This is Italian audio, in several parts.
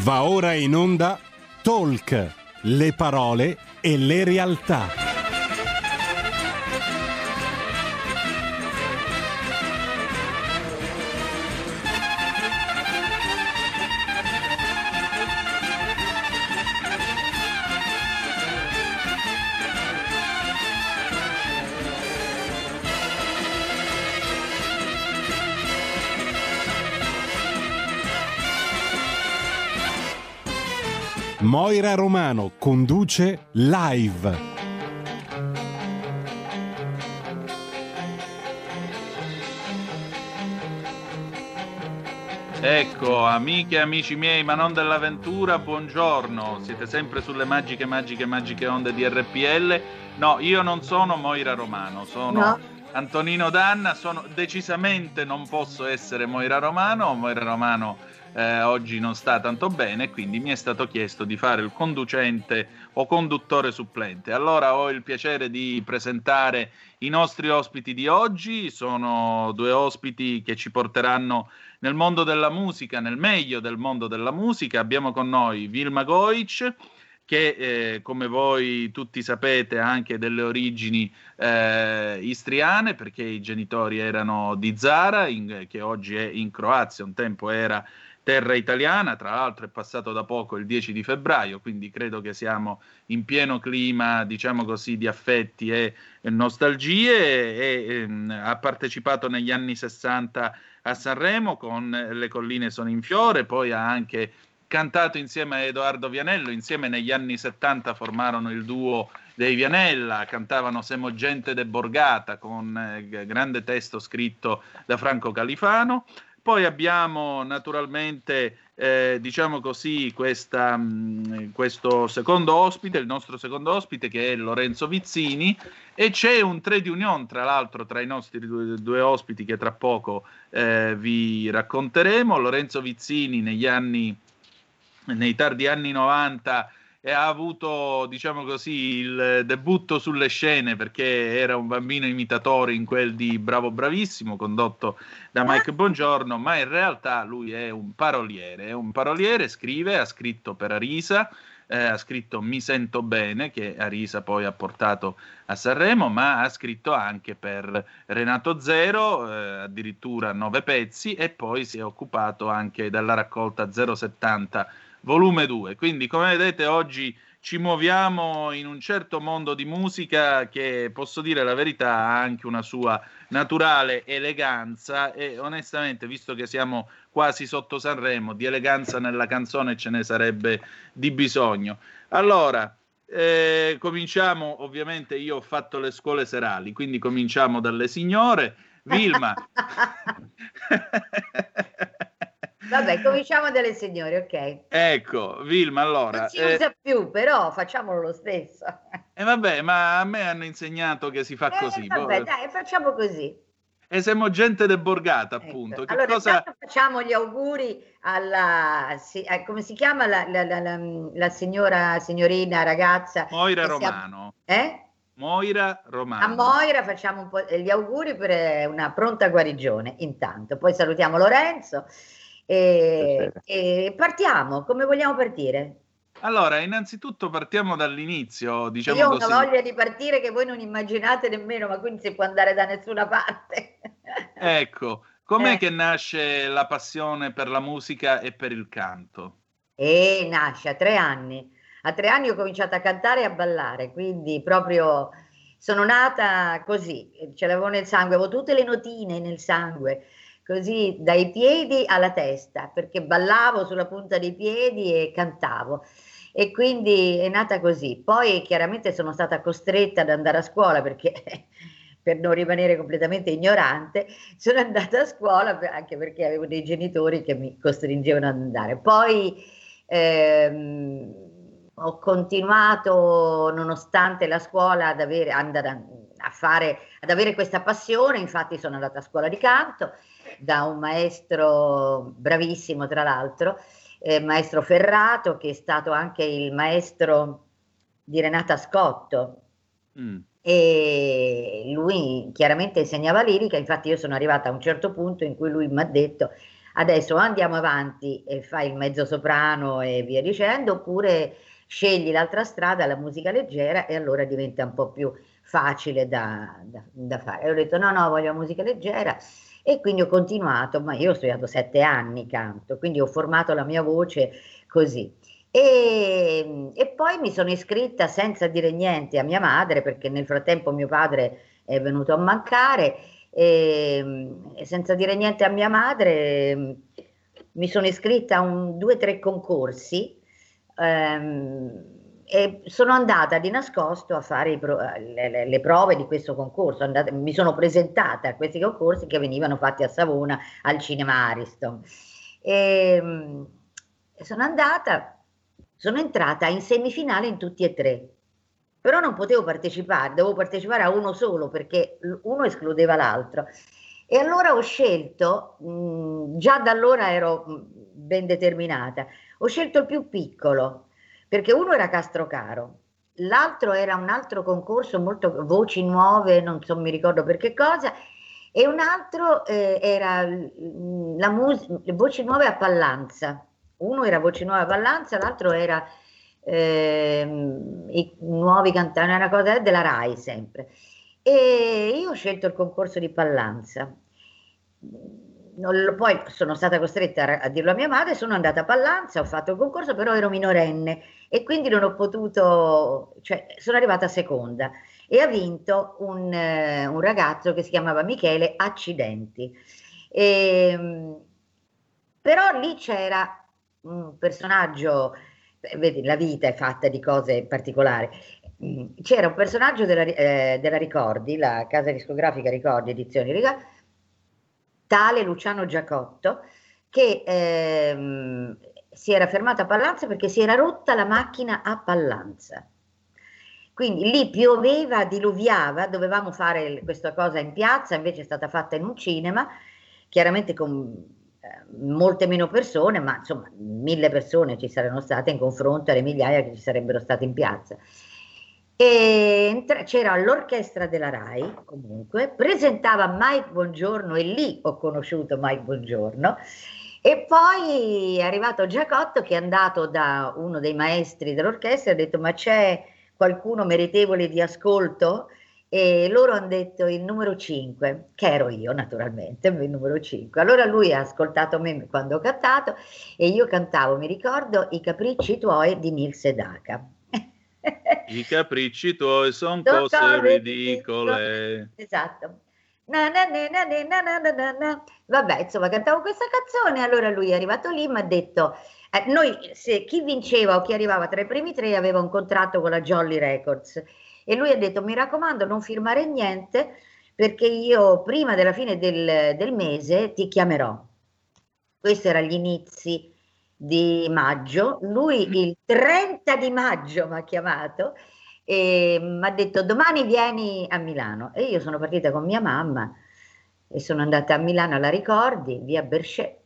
Va ora in onda Talk, le parole e le realtà. Moira Romano conduce live. Ecco, amiche e amici miei, ma non dell'avventura, buongiorno. Siete sempre sulle magiche onde di RPL. No, io non sono Moira Romano, sono Antonino Danna. Decisamente non posso essere Moira Romano. Moira Romano oggi non sta tanto bene, quindi mi è stato chiesto di fare il conducente o conduttore supplente. Allora ho il piacere di presentare i nostri ospiti di oggi. Sono due ospiti che ci porteranno nel mondo della musica, nel meglio del mondo della musica. Abbiamo con noi Vilma Goic, che come voi tutti sapete ha anche delle origini istriane, perché i genitori erano di Zara, che oggi è in Croazia, un tempo era terra italiana. Tra l'altro è passato da poco il 10 di febbraio, quindi credo che siamo in pieno clima, diciamo così, di affetti e nostalgie, e ha partecipato negli anni 60 a Sanremo con Le colline sono in fiore, poi ha anche cantato insieme a Edoardo Vianello. Insieme negli anni 70 formarono il duo dei Vianella, cantavano Semo gente de Borgata con grande testo scritto da Franco Califano. Poi abbiamo naturalmente, diciamo così, questo secondo ospite, il nostro secondo ospite, che è Lorenzo Vizzini, e c'è un trade union, tra l'altro, tra i nostri due ospiti che tra poco vi racconteremo. Lorenzo Vizzini nei tardi anni 90 ha avuto, diciamo così, il debutto sulle scene, perché era un bambino imitatore in quel di Bravo Bravissimo, condotto da Mike Bongiorno, ma in realtà lui è un paroliere, scrive, ha scritto per Arisa, ha scritto Mi sento bene, che Arisa poi ha portato a Sanremo, ma ha scritto anche per Renato Zero, addirittura 9 pezzi, e poi si è occupato anche della raccolta 070 volume 2. Quindi, come vedete, oggi ci muoviamo in un certo mondo di musica che, posso dire la verità, ha anche una sua naturale eleganza, e onestamente, visto che siamo quasi sotto Sanremo, di eleganza nella canzone ce ne sarebbe di bisogno. Allora, cominciamo. Ovviamente io ho fatto le scuole serali, quindi cominciamo dalle signore. Vilma. Vabbè, cominciamo dalle signore, ok. Ecco, Vilma, allora... Non si usa più, però facciamolo lo stesso. Vabbè, ma a me hanno insegnato che si fa così. Vabbè, dai, facciamo così. E siamo gente de Borgata, appunto. Ecco. Allora, intanto facciamo gli auguri alla... come si chiama la signorina, ragazza? Moira Romano. Moira Romano. A Moira facciamo un po' gli auguri per una pronta guarigione, intanto. Poi salutiamo Lorenzo. E partiamo. Come vogliamo partire? Allora, innanzitutto partiamo dall'inizio, diciamo io ho così. Una voglia di partire che voi non immaginate nemmeno, ma quindi si può andare da nessuna parte. Ecco, com'è che nasce la passione per la musica e per il canto? Nasce a 3 anni. A 3 anni ho cominciato a cantare e a ballare, quindi proprio sono nata così, ce l'avevo nel sangue, avevo tutte le notine nel sangue, così dai piedi alla testa, perché ballavo sulla punta dei piedi e cantavo, e quindi è nata così. Poi chiaramente sono stata costretta ad andare a scuola, perché per non rimanere completamente ignorante sono andata a scuola, anche perché avevo dei genitori che mi costringevano ad andare. Poi ho continuato, nonostante la scuola, ad avere questa passione. Infatti sono andata a scuola di canto da un maestro bravissimo, tra l'altro, maestro Ferrato, che è stato anche il maestro di Renata Scotto. E lui chiaramente insegnava lirica. Infatti io sono arrivata a un certo punto in cui lui mi ha detto: Adesso andiamo avanti e fai il mezzo soprano e via dicendo, oppure scegli l'altra strada, la musica leggera, e allora diventa un po' più facile da fare. E ho detto no, voglio la musica leggera, e quindi ho continuato, ma io ho studiato 7 anni canto, quindi ho formato la mia voce così. E poi mi sono iscritta senza dire niente a mia madre, perché nel frattempo mio padre è venuto a mancare, e senza dire niente a mia madre mi sono iscritta a 2 o 3 concorsi, e sono andata di nascosto a fare le prove di questo concorso. Mi sono presentata a questi concorsi che venivano fatti a Savona al Cinema Ariston. Sono entrata in semifinale in tutti e 3, però non potevo partecipare, dovevo partecipare a uno solo perché uno escludeva l'altro. E allora ho scelto, già da allora ero ben determinata, ho scelto il più piccolo, perché uno era Castrocaro, l'altro era un altro concorso, molto voci nuove, non so, mi ricordo per che cosa, e un altro era le voci nuove a Pallanza. Uno era voci nuove a Pallanza, l'altro era i nuovi cantanti, una cosa della Rai sempre. E io ho scelto il concorso di Pallanza. Poi sono stata costretta a dirlo a mia madre, sono andata a Pallanza, ho fatto il concorso, però ero minorenne e quindi non ho potuto, cioè sono arrivata seconda, e ha vinto un ragazzo che si chiamava Michele Accidenti. Però lì c'era un personaggio, vedi, la vita è fatta di cose particolari. C'era un personaggio della Ricordi, la casa discografica Ricordi, Edizioni Ricordi, tale Luciano Giacotto, che si era fermato a Pallanza perché si era rotta la macchina a Pallanza. Quindi lì pioveva, diluviava, dovevamo fare questa cosa in piazza, invece è stata fatta in un cinema, chiaramente con molte meno persone, ma insomma 1000 persone ci saranno state in confronto alle migliaia che ci sarebbero state in piazza. E c'era l'orchestra della Rai, comunque, presentava Mike Bongiorno, e lì ho conosciuto Mike Bongiorno. E poi è arrivato Giacotto, che è andato da uno dei maestri dell'orchestra e ha detto: ma c'è qualcuno meritevole di ascolto? E loro hanno detto il numero 5, che ero io naturalmente, il numero 5. Allora lui ha ascoltato me quando ho cantato, e io cantavo, mi ricordo, I capricci tuoi di Nils Sedaka. I capricci tuoi sono cose ridicole. Esatto. Vabbè, insomma, cantavo questa canzone. Allora lui è arrivato lì, mi ha detto: chi vinceva o chi arrivava tra i primi 3 aveva un contratto con la Jolly Records, e lui ha detto: mi raccomando, non firmare niente, perché io prima della fine del mese ti chiamerò. Questi erano gli inizi di maggio. Lui il 30 di maggio mi ha chiamato e mi ha detto: domani vieni a Milano. E io sono partita con mia mamma e sono andata a Milano alla Ricordi, via Berchet,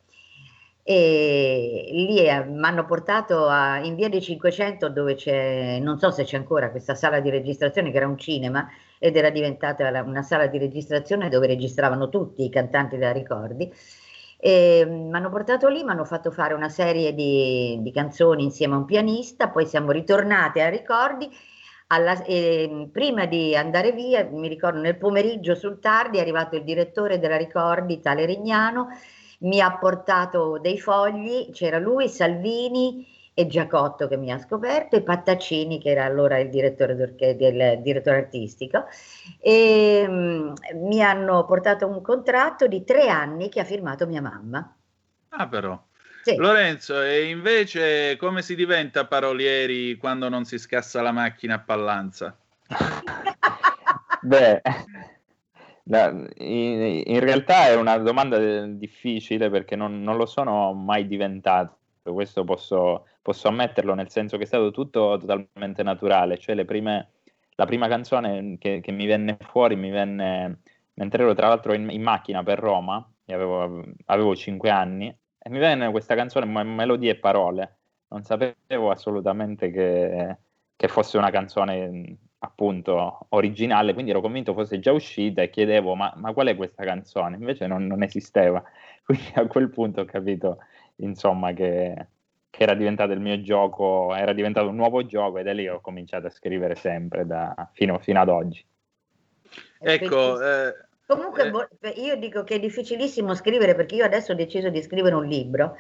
e lì mi hanno portato in via dei 500, dove c'è, non so se c'è ancora questa sala di registrazione, che era un cinema ed era diventata una sala di registrazione dove registravano tutti i cantanti della Ricordi. Mi hanno portato lì, mi hanno fatto fare una serie di canzoni insieme a un pianista, poi siamo ritornati a Ricordi. Prima di andare via, mi ricordo, nel pomeriggio sul tardi è arrivato il direttore della Ricordi, tale Rignano, mi ha portato dei fogli, c'era lui, Salvini e Giacotto che mi ha scoperto, e Pattaccini che era allora il direttore artistico, e mi hanno portato un contratto di 3 anni che ha firmato mia mamma. Ah, però. Sì. Lorenzo, e invece come si diventa parolieri quando non si scassa la macchina a Pallanza? Beh, in realtà è una domanda difficile, perché non lo sono mai diventato. Questo posso ammetterlo, nel senso che è stato tutto totalmente naturale. Cioè la prima canzone che mi venne fuori mentre ero tra l'altro in macchina per Roma, e avevo 5 anni, e mi venne questa canzone, melodie e parole. Non sapevo assolutamente che fosse una canzone appunto originale, quindi ero convinto fosse già uscita e chiedevo ma qual è questa canzone? Invece non esisteva, quindi a quel punto ho capito insomma che era diventato il mio gioco, era diventato un nuovo gioco, e da lì ho cominciato a scrivere sempre fino ad oggi. Ecco, comunque io dico che è difficilissimo scrivere, perché io adesso ho deciso di scrivere un libro,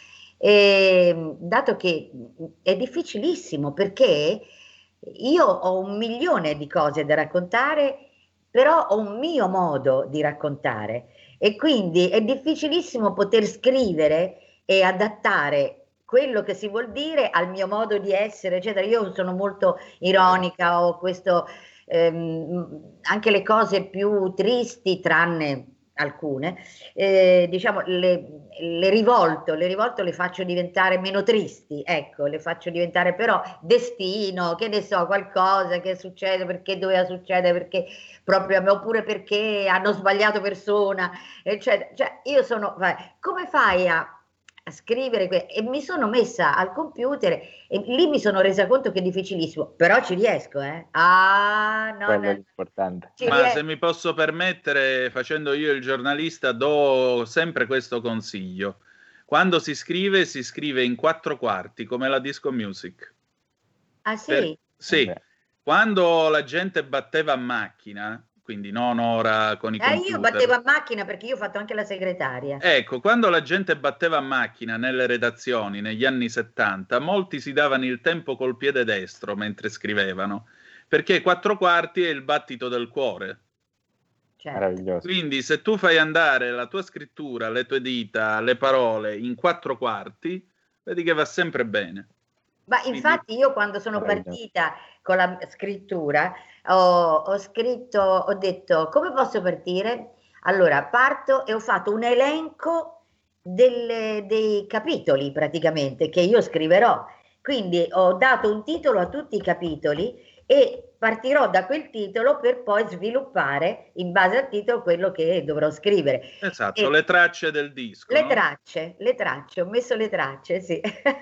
e dato che è difficilissimo perché io ho 1.000.000 di cose da raccontare, però ho un mio modo di raccontare, e quindi è difficilissimo poter scrivere e adattare quello che si vuol dire al mio modo di essere, eccetera. Io sono molto ironica, ho questo, anche le cose più tristi, tranne alcune, diciamo, le rivolto, le faccio diventare meno tristi, ecco, le faccio diventare però destino, che ne so, qualcosa che succede perché doveva succedere, perché proprio a me, oppure perché hanno sbagliato persona, eccetera. Cioè, io sono, come fai a scrivere, e mi sono messa al computer e lì mi sono resa conto che è difficilissimo, però ci riesco, Quello è importante. Ma se mi posso permettere, facendo io il giornalista, do sempre questo consiglio: quando si scrive in 4/4, come la disco music. Ah sì? Sì, quando la gente batteva a macchina, quindi non ora con i computer. Io battevo a macchina perché io ho fatto anche la segretaria. Ecco, quando la gente batteva a macchina nelle redazioni negli anni 70, molti si davano il tempo col piede destro mentre scrivevano, perché 4/4 è il battito del cuore. Certo. Quindi se tu fai andare la tua scrittura, le tue dita, le parole in 4/4, vedi che va sempre bene. Ma infatti io quando sono partita con la scrittura ho scritto, ho detto come posso partire? Allora parto e ho fatto un elenco dei capitoli praticamente che io scriverò, quindi ho dato un titolo a tutti i capitoli e partirò da quel titolo per poi sviluppare in base al titolo quello che dovrò scrivere. Esatto, le tracce del disco. Le tracce, ho messo le tracce, sì.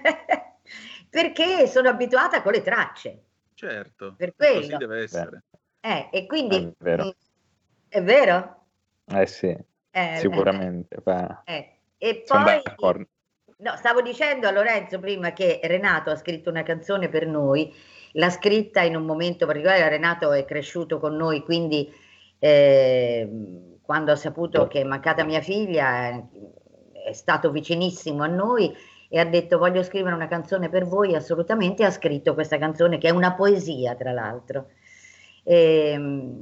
Perché sono abituata con le tracce. Certo, per quello. Così deve essere. E quindi è vero? È vero? Sì, sicuramente. E poi no, stavo dicendo a Lorenzo prima che Renato ha scritto una canzone per noi, l'ha scritta in un momento particolare. Renato è cresciuto con noi, quindi quando ha saputo che è mancata mia figlia è stato vicinissimo a noi e ha detto voglio scrivere una canzone per voi, assolutamente, ha scritto questa canzone che è una poesia tra l'altro. E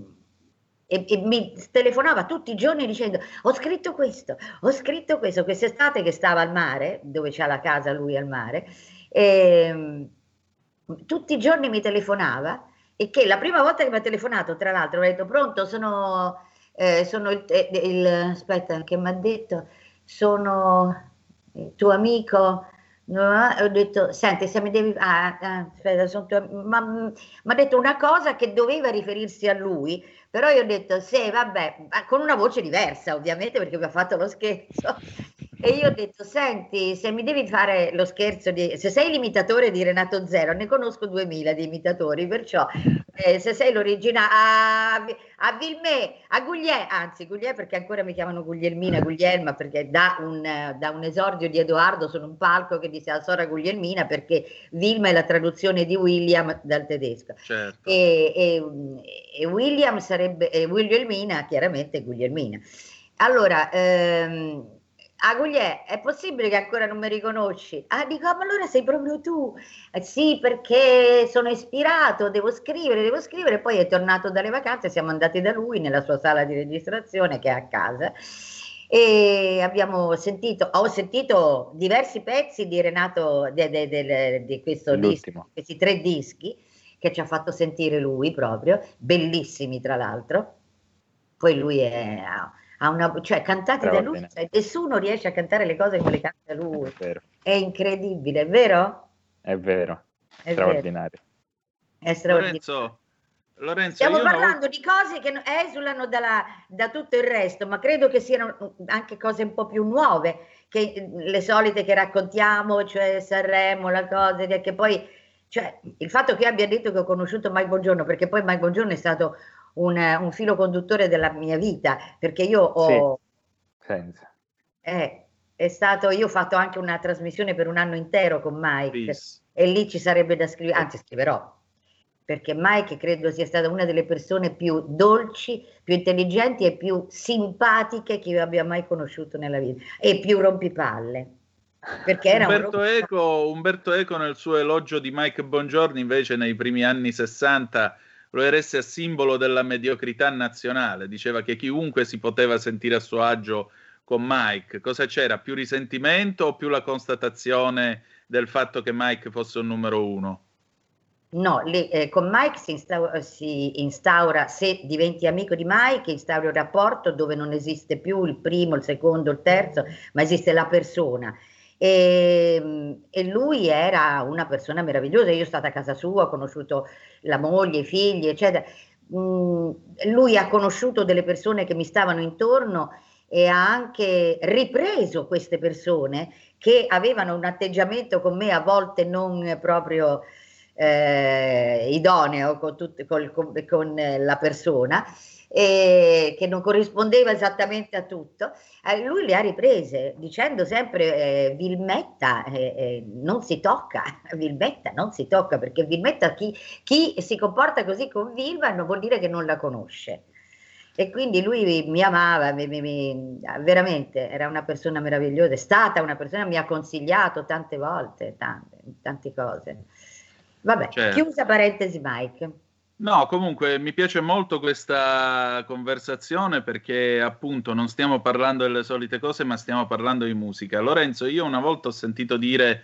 mi telefonava tutti i giorni dicendo ho scritto questo, quest'estate che stava al mare, dove c'ha la casa lui al mare, tutti i giorni mi telefonava, e che la prima volta che mi ha telefonato tra l'altro mi ha detto pronto, sono aspetta, che mi ha detto sono il tuo amico. No, ho detto senti, se mi devi aspetta, ma ha detto una cosa che doveva riferirsi a lui, però io ho detto sì, vabbè, con una voce diversa ovviamente perché mi ha fatto lo scherzo, e io ho detto senti, se mi devi fare lo scherzo se sei l'imitatore di Renato Zero, ne conosco 2000 di imitatori, perciò se sei l'originale a Vilmè, a Gugliè, anzi Gugliè perché ancora mi chiamano Guglielmina, Guglielma, perché da un esordio di Edoardo sono un palco che dice la sora Guglielmina, perché Vilma è la traduzione di William dal tedesco, certo. e William sarebbe Guglielmina, chiaramente Guglielmina. Allora Gugliè, è possibile che ancora non mi riconosci? Dico, ma allora sei proprio tu? Sì, perché sono ispirato, devo scrivere. Poi è tornato dalle vacanze, siamo andati da lui nella sua sala di registrazione che è a casa e ho sentito diversi pezzi di Renato, di questo disco, questi 3 dischi che ci ha fatto sentire lui proprio, bellissimi tra l'altro. Poi lui cioè cantati da lui, cioè, nessuno riesce a cantare le cose come le canta lui. È incredibile, è vero? È vero, straordinario. È straordinario. Lorenzo, stiamo parlando di cose che esulano da tutto il resto, ma credo che siano anche cose un po' più nuove, che le solite che raccontiamo, cioè Sanremo, la cosa che poi Cioè, il fatto che io abbia detto che ho conosciuto Mike Bongiorno, perché poi Mike Bongiorno è stato un filo conduttore della mia vita, perché io ho... senza. Io ho fatto anche una trasmissione per un anno intero con Mike, Bis. e lì ci sarebbe da scrivere, anzi scriverò, perché Mike credo sia stata una delle persone più dolci, più intelligenti e più simpatiche che io abbia mai conosciuto nella vita, e più rompipalle. Perché era Umberto Eco nel suo elogio di Mike Bongiorno invece nei primi anni 60 lo eresse a simbolo della mediocrità nazionale, diceva che chiunque si poteva sentire a suo agio con Mike. Cosa c'era? Più risentimento o più la constatazione del fatto che Mike fosse un numero uno? No, con Mike si instaura, se diventi amico di Mike, instaura un rapporto dove non esiste più il primo, il secondo, il terzo, ma esiste la persona. E lui era una persona meravigliosa. Io sono stata a casa sua, ho conosciuto la moglie, i figli, eccetera. Lui ha conosciuto delle persone che mi stavano intorno e ha anche ripreso queste persone che avevano un atteggiamento con me a volte non proprio idoneo con la persona, che non corrispondeva esattamente a tutto. Lui le ha riprese dicendo sempre Vilmetta non si tocca, Vilmetta non si tocca, perché Vilmetta, chi si comporta così con Vilma non vuol dire che non la conosce. E quindi lui mi amava, veramente era una persona meravigliosa, è stata una persona, mi ha consigliato tante volte, tante cose. Vabbè, Certo. chiusa parentesi Mike. No, comunque mi piace molto questa conversazione perché appunto non stiamo parlando delle solite cose, ma stiamo parlando di musica. Lorenzo, io una volta ho sentito dire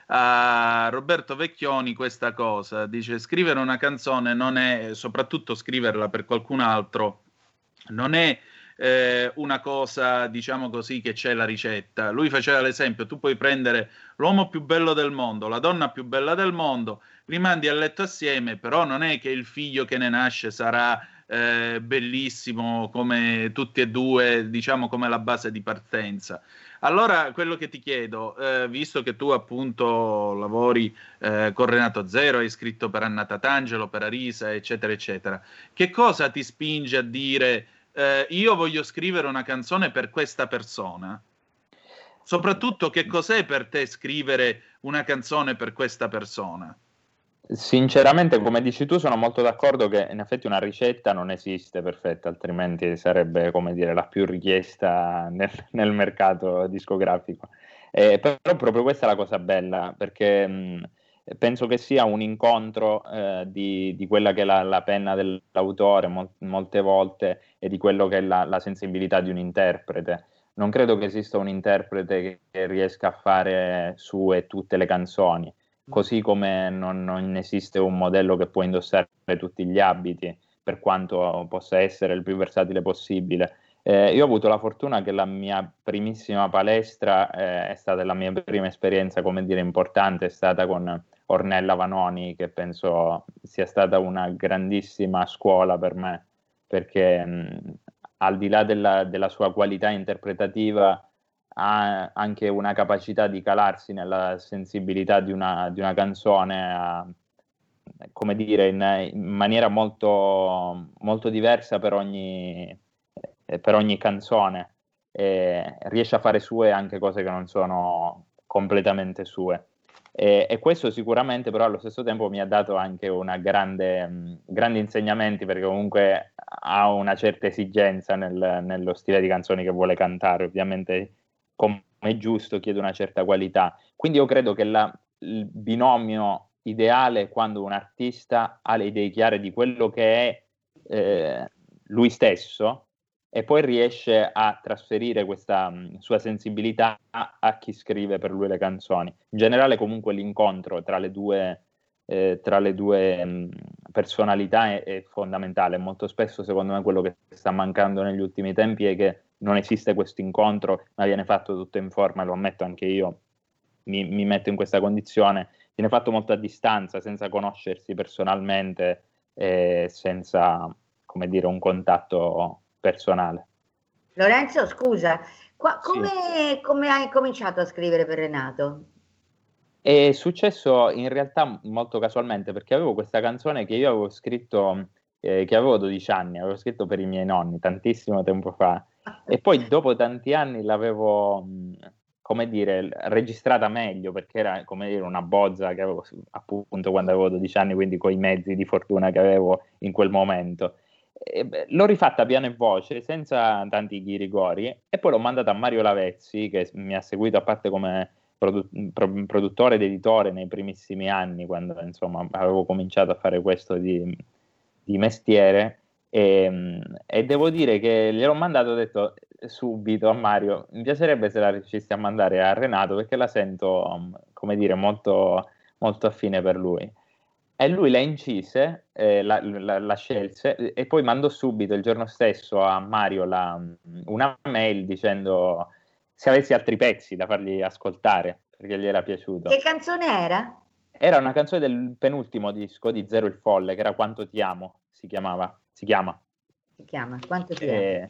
a Roberto Vecchioni questa cosa, dice scrivere una canzone non è, soprattutto scriverla per qualcun altro, non è una cosa, diciamo così, che c'è la ricetta. Lui faceva l'esempio, tu puoi prendere l'uomo più bello del mondo, la donna più bella del mondo, li mandi a letto assieme, però non è che il figlio che ne nasce sarà bellissimo come tutti e due, diciamo come la base di partenza. Allora, quello che ti chiedo, visto che tu appunto lavori con Renato Zero, hai scritto per Anna Tatangelo, per Arisa, eccetera, eccetera, che cosa ti spinge a dire io voglio scrivere una canzone per questa persona? Soprattutto, che cos'è per te scrivere una canzone per questa persona? Sinceramente, come dici tu, sono molto d'accordo che in effetti una ricetta non esiste perfetta, altrimenti sarebbe, come dire, la più richiesta nel mercato discografico. Però proprio questa è la cosa bella, perché penso che sia un incontro di quella che è la penna dell'autore molte volte e di quello che è la sensibilità di un interprete. Non credo che esista un interprete che riesca a fare sue tutte le canzoni. Così come non esiste un modello che può indossare tutti gli abiti, per quanto possa essere il più versatile possibile. Io ho avuto la fortuna che la mia primissima palestra è stata la mia prima esperienza, come dire, importante, è stata con Ornella Vanoni, che penso sia stata una grandissima scuola per me, perché al di là della sua qualità interpretativa, ha anche una capacità di calarsi nella sensibilità di una canzone, come dire, in maniera molto, molto diversa per ogni canzone. Riesce a fare sue anche cose che non sono completamente sue. E questo sicuramente però allo stesso tempo mi ha dato anche una grandi insegnamenti, perché comunque ha una certa esigenza nello stile di canzoni che vuole cantare, ovviamente come è giusto chiede una certa qualità. Quindi io credo che il binomio ideale è quando un artista ha le idee chiare di quello che è lui stesso e poi riesce a trasferire questa sua sensibilità a chi scrive per lui le canzoni. In generale comunque l'incontro tra le due personalità è fondamentale. Molto spesso secondo me quello che sta mancando negli ultimi tempi è che non esiste questo incontro, ma viene fatto tutto in forma, lo ammetto anche io, mi metto in questa condizione, viene fatto molto a distanza, senza conoscersi personalmente e senza, come dire, un contatto personale. Lorenzo, scusa, come hai cominciato a scrivere per Renato? È successo in realtà molto casualmente, perché avevo questa canzone che io avevo scritto, che avevo 12 anni, avevo scritto per i miei nonni tantissimo tempo fa, e poi dopo tanti anni l'avevo, come dire, registrata meglio, perché era, come dire, una bozza che avevo appunto quando avevo 12 anni, quindi con i mezzi di fortuna che avevo in quel momento. L'ho rifatta piano e voce, senza tanti ghirigori, e poi l'ho mandata a Mario Lavezzi, che mi ha seguito a parte come produttore ed editore nei primissimi anni, quando insomma avevo cominciato a fare questo di mestiere, e devo dire che gliel'ho mandato, ho detto subito a Mario, mi piacerebbe se la riuscissi a mandare a Renato, perché la sento, come dire, molto, molto affine per lui. E lui la incise, la scelse, e poi mandò subito il giorno stesso a Mario una mail dicendo se avessi altri pezzi da fargli ascoltare, perché gli era piaciuto. Che canzone era? Era una canzone del penultimo disco di Zero il Folle, che era Quanto ti amo, si chiama. Si chiama Quanto ti amo.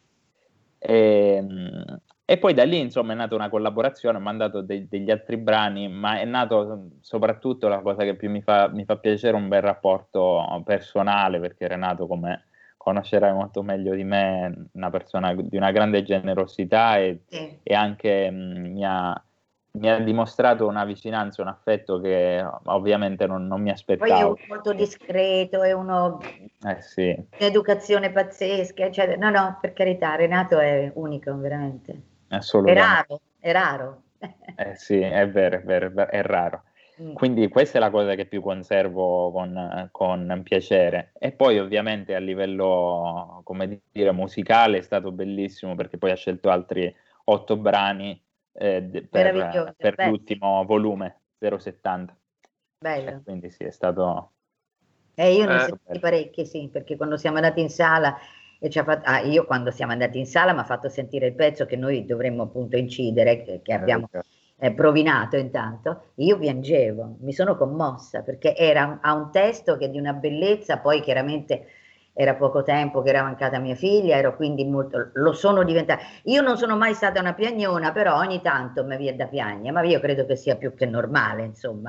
E poi da lì, insomma, è nata una collaborazione, ho mandato degli altri brani, ma è nato soprattutto la cosa che più mi fa piacere, un bel rapporto personale, perché Renato, come conoscerai molto meglio di me, una persona di una grande generosità Sì. e anche mi ha dimostrato una vicinanza, un affetto che ovviamente non mi Poi è aspettavo. uno molto discreto, è uno Sì. un'educazione pazzesca, eccetera. No, per carità, Renato è unico, veramente. Assolutamente. È raro. Sì, è vero, è raro. Quindi questa è la cosa che più conservo con piacere. E poi ovviamente a livello, come dire, musicale è stato bellissimo, perché poi ha scelto altri 8 brani Meraviglioso. per l'ultimo volume 070. Bello. Quindi sì, è stato Io ne ho sentiti bello. parecchi, sì, perché quando siamo andati in sala e ci ha fatto, io quando siamo andati in sala mi ha fatto sentire il pezzo che noi dovremmo appunto incidere, che abbiamo provinato intanto, io piangevo, mi sono commossa perché ha un testo che è di una bellezza, poi chiaramente era poco tempo che era mancata mia figlia, ero quindi molto, lo sono diventata, io non sono mai stata una piagnona, però ogni tanto mi viene da piangere, ma io credo che sia più che normale, insomma,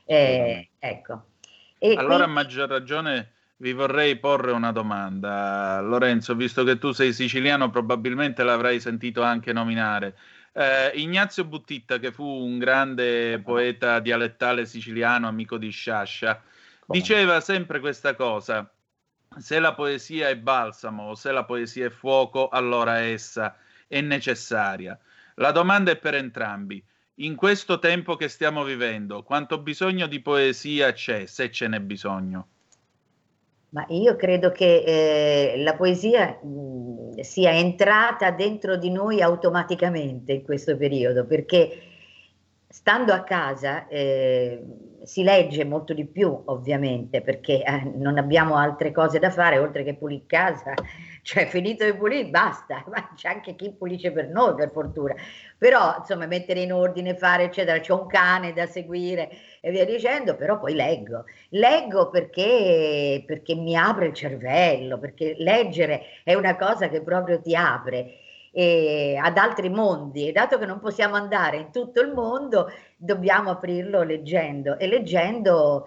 ecco. E allora, a quindi, maggior ragione, vi vorrei porre una domanda. Lorenzo, visto che tu sei siciliano, probabilmente l'avrai sentito anche nominare. Ignazio Buttitta, che fu un grande poeta dialettale siciliano, amico di Sciascia, diceva sempre questa cosa: se la poesia è balsamo o se la poesia è fuoco, allora essa è necessaria. La domanda è per entrambi. In questo tempo che stiamo vivendo, quanto bisogno di poesia c'è, se ce n'è bisogno? ma io credo che la poesia sia entrata dentro di noi automaticamente in questo periodo, perché stando a casa si legge molto di più, ovviamente, perché non abbiamo altre cose da fare oltre che pulire casa, cioè finito di pulire basta, ma c'è anche chi pulisce per noi, per fortuna, però insomma mettere in ordine, fare eccetera, c'è un cane da seguire e via dicendo, però poi leggo perché mi apre il cervello, perché leggere è una cosa che proprio ti apre ad altri mondi, e dato che non possiamo andare in tutto il mondo, dobbiamo aprirlo leggendo, e leggendo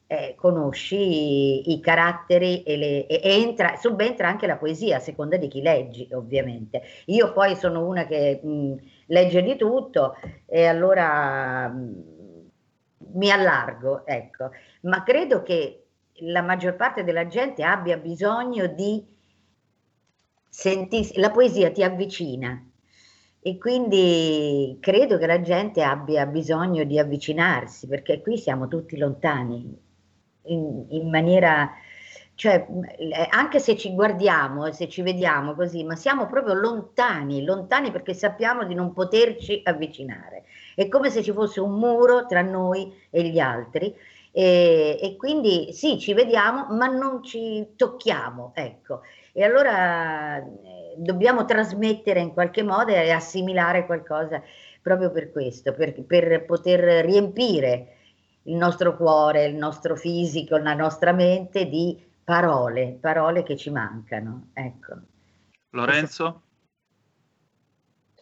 conosci i caratteri subentra anche la poesia, a seconda di chi leggi, ovviamente. Io poi sono una che legge di tutto, e allora mi allargo, ecco, ma credo che la maggior parte della gente abbia bisogno di sentirsi, la poesia ti avvicina, e quindi credo che la gente abbia bisogno di avvicinarsi, perché qui siamo tutti lontani in maniera, cioè anche se ci guardiamo e se ci vediamo così, ma siamo proprio lontani, lontani perché sappiamo di non poterci avvicinare. È come se ci fosse un muro tra noi e gli altri, e quindi sì, ci vediamo, ma non ci tocchiamo, ecco. E allora dobbiamo trasmettere in qualche modo e assimilare qualcosa proprio per questo, per poter riempire il nostro cuore, il nostro fisico, la nostra mente di parole che ci mancano. Ecco. Lorenzo?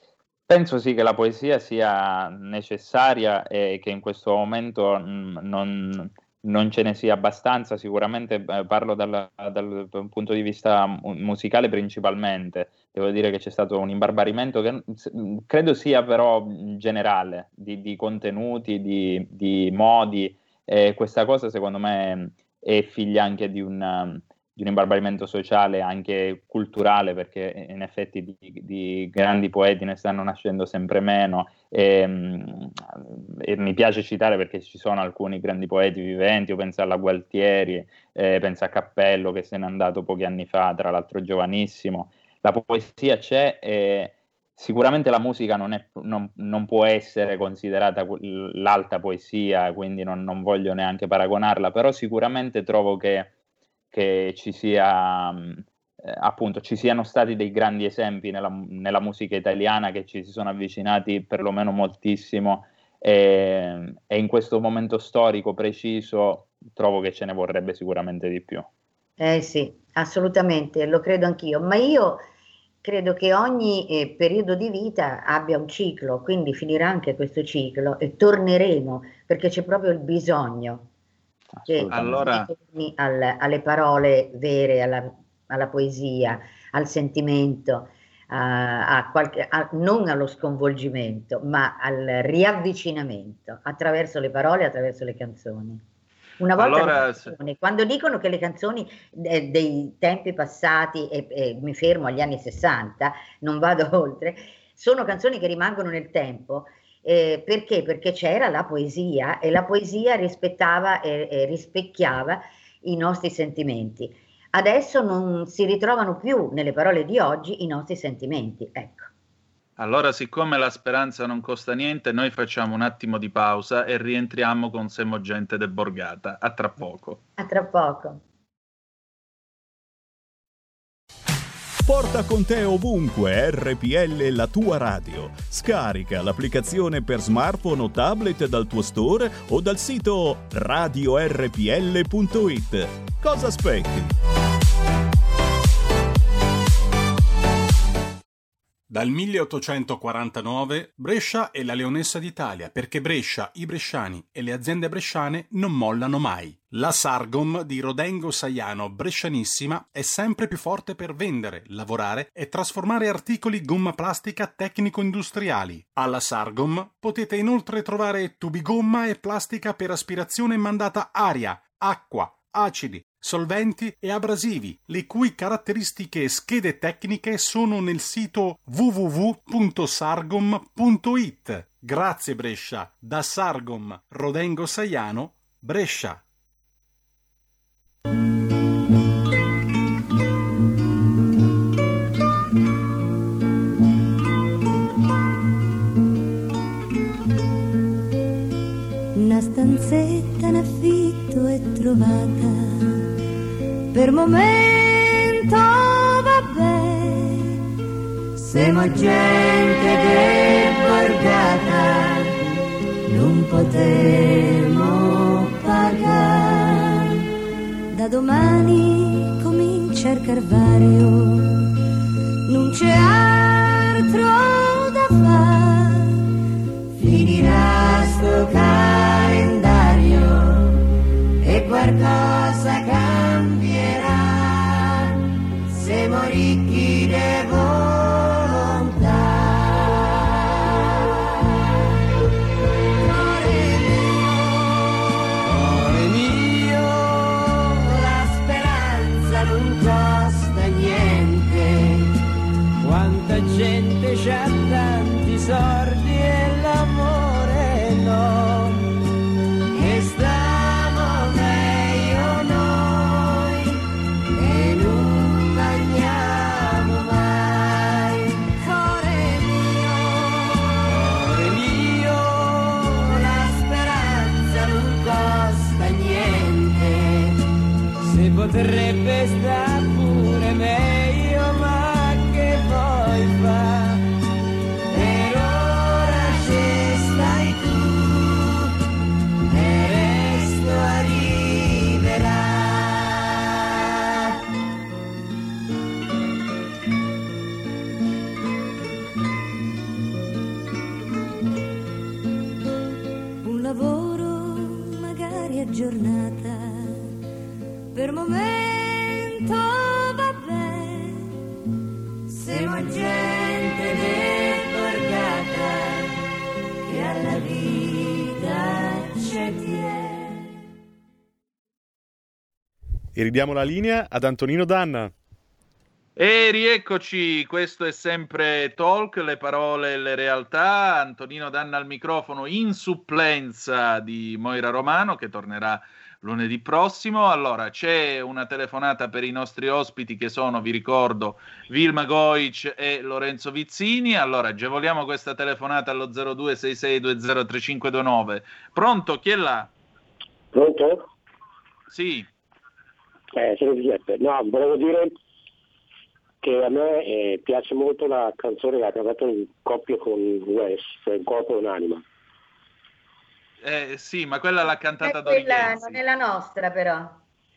Penso sì che la poesia sia necessaria e che in questo momento non ce ne sia abbastanza. Sicuramente parlo dal punto di vista musicale principalmente. Devo dire che c'è stato un imbarbarimento che credo sia però generale di contenuti, di modi. Questa cosa secondo me è figlia anche di un imbarbarimento sociale, anche culturale, perché in effetti di grandi poeti ne stanno nascendo sempre meno, e mi piace citare perché ci sono alcuni grandi poeti viventi. Io penso alla Gualtieri, penso a Cappello che se n'è andato pochi anni fa, tra l'altro giovanissimo. La poesia c'è e sicuramente la musica non può essere considerata l'alta poesia, quindi non voglio neanche paragonarla, però sicuramente trovo che ci sia appunto ci siano stati dei grandi esempi nella musica italiana che ci si sono avvicinati perlomeno moltissimo, e in questo momento storico preciso trovo che ce ne vorrebbe sicuramente di più. Sì, assolutamente, lo credo anch'io, ma io credo che ogni periodo di vita abbia un ciclo, quindi finirà anche questo ciclo e torneremo, perché c'è proprio il bisogno che allora torni alle parole vere, alla poesia, al sentimento, non allo sconvolgimento, ma al riavvicinamento attraverso le parole, attraverso le canzoni. Una volta quando dicono che le canzoni dei tempi passati, e mi fermo agli anni 60, non vado oltre, sono canzoni che rimangono nel tempo. Perché? Perché c'era la poesia e la poesia rispettava e rispecchiava i nostri sentimenti. Adesso non si ritrovano più nelle parole di oggi i nostri sentimenti, ecco. Allora, siccome la speranza non costa niente, noi facciamo un attimo di pausa e rientriamo con Semo Gente de Borgata. A tra poco. A tra poco. Porta con te ovunque RPL, la tua radio. Scarica l'applicazione per smartphone o tablet dal tuo store o dal sito radiorpl.it. Cosa aspetti? Dal 1849 Brescia è la leonessa d'Italia, perché Brescia, i bresciani e le aziende bresciane non mollano mai. La Sargom di Rodengo Saiano Brescianissima è sempre più forte per vendere, lavorare e trasformare articoli gomma plastica tecnico-industriali. Alla Sargom potete inoltre trovare tubi gomma e plastica per aspirazione mandata aria, acqua, acidi, solventi e abrasivi, le cui caratteristiche e schede tecniche sono nel sito www.sargom.it. Grazie Brescia, da Sargom Rodengo Saiano, Brescia. Una stanzetta in affitto è trovata, per momento vabbè, siamo gente deborgata, non potremo pagare. Da domani comincia il Carvario, non c'è altro da fare, finirà sto calendario e qualcosa cambierà, siamo ricchi di volontà. Cuore mio, la speranza non costa niente, quanta gente c'ha tanti sordi e l'amore no, e stiamo meglio noi e non bagniamo mai. Cuore mio, la speranza non costa niente, se potrebbe star pure meglio, ma che vuoi fa? Per ora ci stai tu e il resto arriverà. giornata, per momento vabbè, siamo gente deborgata che alla vita c'è tiene. E ridiamo la linea ad Antonino Danna. E rieccoci, questo è sempre Talk, le parole e le realtà. Antonino Danna al microfono in supplenza di Moira Romano, che tornerà lunedì prossimo. Allora, c'è una telefonata per i nostri ospiti che sono, vi ricordo, Vilma Goic e Lorenzo Vizzini. Allora, agevoliamo questa telefonata allo 0266203529. Pronto? Chi è là? Pronto? Sì. Sono Giuseppe. No, volevo dire che a me piace molto la canzone che ha cantato in coppia con Wes, Un corpo e un'anima. Sì, ma quella l'ha cantata quella Dorighezzi. non è la nostra, però.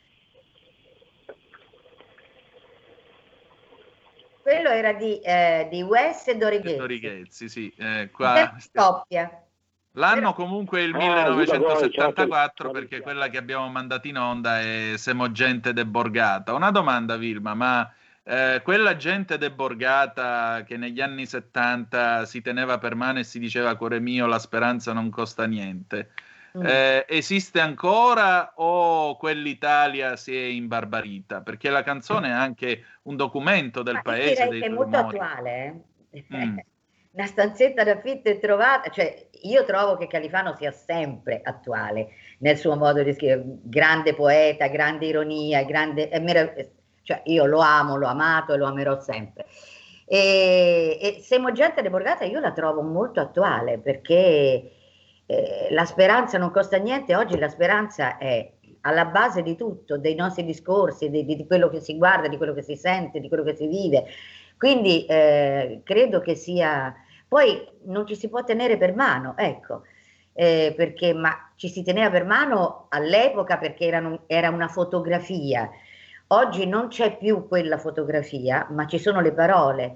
Quello era di Wes e Dorighezzi. Dorighezzi, sì. Qua Coppia. l'anno comunque è il 1974, perché quella che abbiamo mandato in onda è Siamo gente deborgata. Una domanda, Vilma, ma quella gente deborgata che negli anni 70 si teneva per mano e si diceva cuore mio, la speranza non costa niente, esiste ancora o quell'Italia si è imbarbarita? Perché la canzone è anche un documento del paese, dei è suoi molto rumori. attuale. Una stanzetta d'affitto è trovata, cioè io trovo che Califano sia sempre attuale nel suo modo di scrivere, grande poeta, grande ironia, cioè io lo amo, l'ho amato e lo amerò sempre. E Siamo gente deborgata io la trovo molto attuale, perché la speranza non costa niente. Oggi la speranza è alla base di tutto, dei nostri discorsi, di quello che si guarda, di quello che si sente, di quello che si vive. Quindi credo che sia... Poi non ci si può tenere per mano, ecco, perché ma ci si teneva per mano all'epoca perché era una fotografia. Oggi non c'è più quella fotografia, ma ci sono le parole.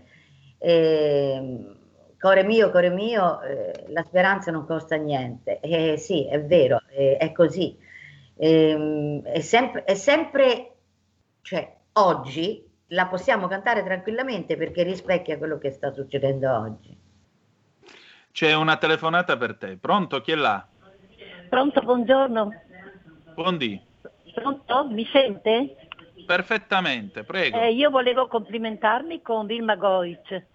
Cuore mio, la speranza non costa niente. Sì, è vero, è così. È sempre, cioè oggi la possiamo cantare tranquillamente perché rispecchia quello che sta succedendo oggi. C'è una telefonata per te. Pronto? Chi è là? Pronto, buongiorno. Buondì. Pronto? Mi sente? Perfettamente, prego. Io volevo complimentarmi con Vilma Goic.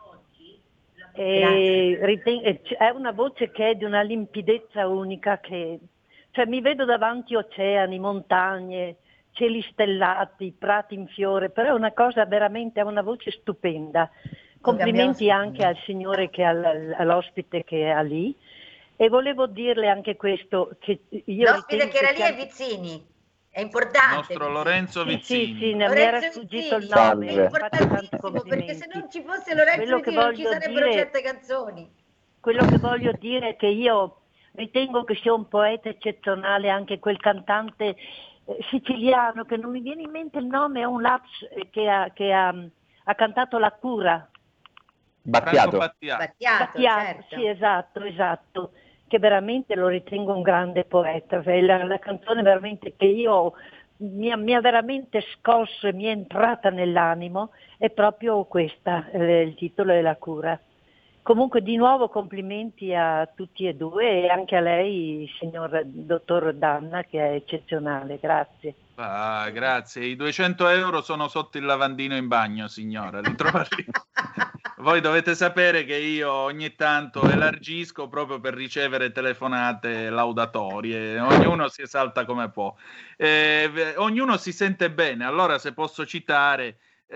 È una voce che è di una limpidezza unica, cioè mi vedo davanti oceani, montagne, cieli stellati, prati in fiore, però è una cosa veramente, ha una voce stupenda. Complimenti anche al signore all'ospite che ha lì. E volevo dirle anche questo, che io l'ospite che era lì è Vizzini. È importante. Il nostro Lorenzo Vizzini. Sì, mi era sfuggito il nome. È importantissimo, perché se non ci fosse Lorenzo Vizzini non ci sarebbero certe canzoni. Quello che voglio dire è che io ritengo che sia un poeta eccezionale anche quel cantante siciliano, che non mi viene in mente il nome, è un lapsus, che ha cantato La cura. Battiato, certo. Sì, esatto. Che veramente lo ritengo un grande poeta. La canzone veramente che mi ha veramente scosso e mi è entrata nell'animo è proprio questa, il titolo è La cura. Comunque di nuovo complimenti a tutti e due e anche a lei, signor dottor Danna, che è eccezionale, grazie. Grazie, i 200 euro sono sotto il lavandino in bagno, signora, li troverli. Voi dovete sapere che io ogni tanto elargisco proprio per ricevere telefonate laudatorie, ognuno si esalta come può, ognuno si sente bene. Allora, se posso citare,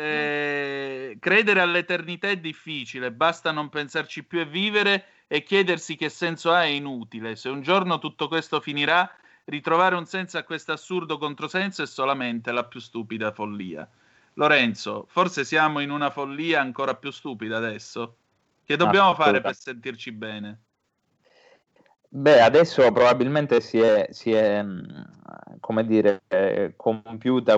credere all'eternità è difficile, basta non pensarci più e vivere, e chiedersi che senso ha è inutile. Se un giorno tutto questo finirà, ritrovare un senso a questo assurdo controsenso è solamente la più stupida follia. Lorenzo, forse siamo in una follia ancora più stupida adesso? Che dobbiamo fare per sentirci bene? Beh, adesso probabilmente si è come dire, compiuta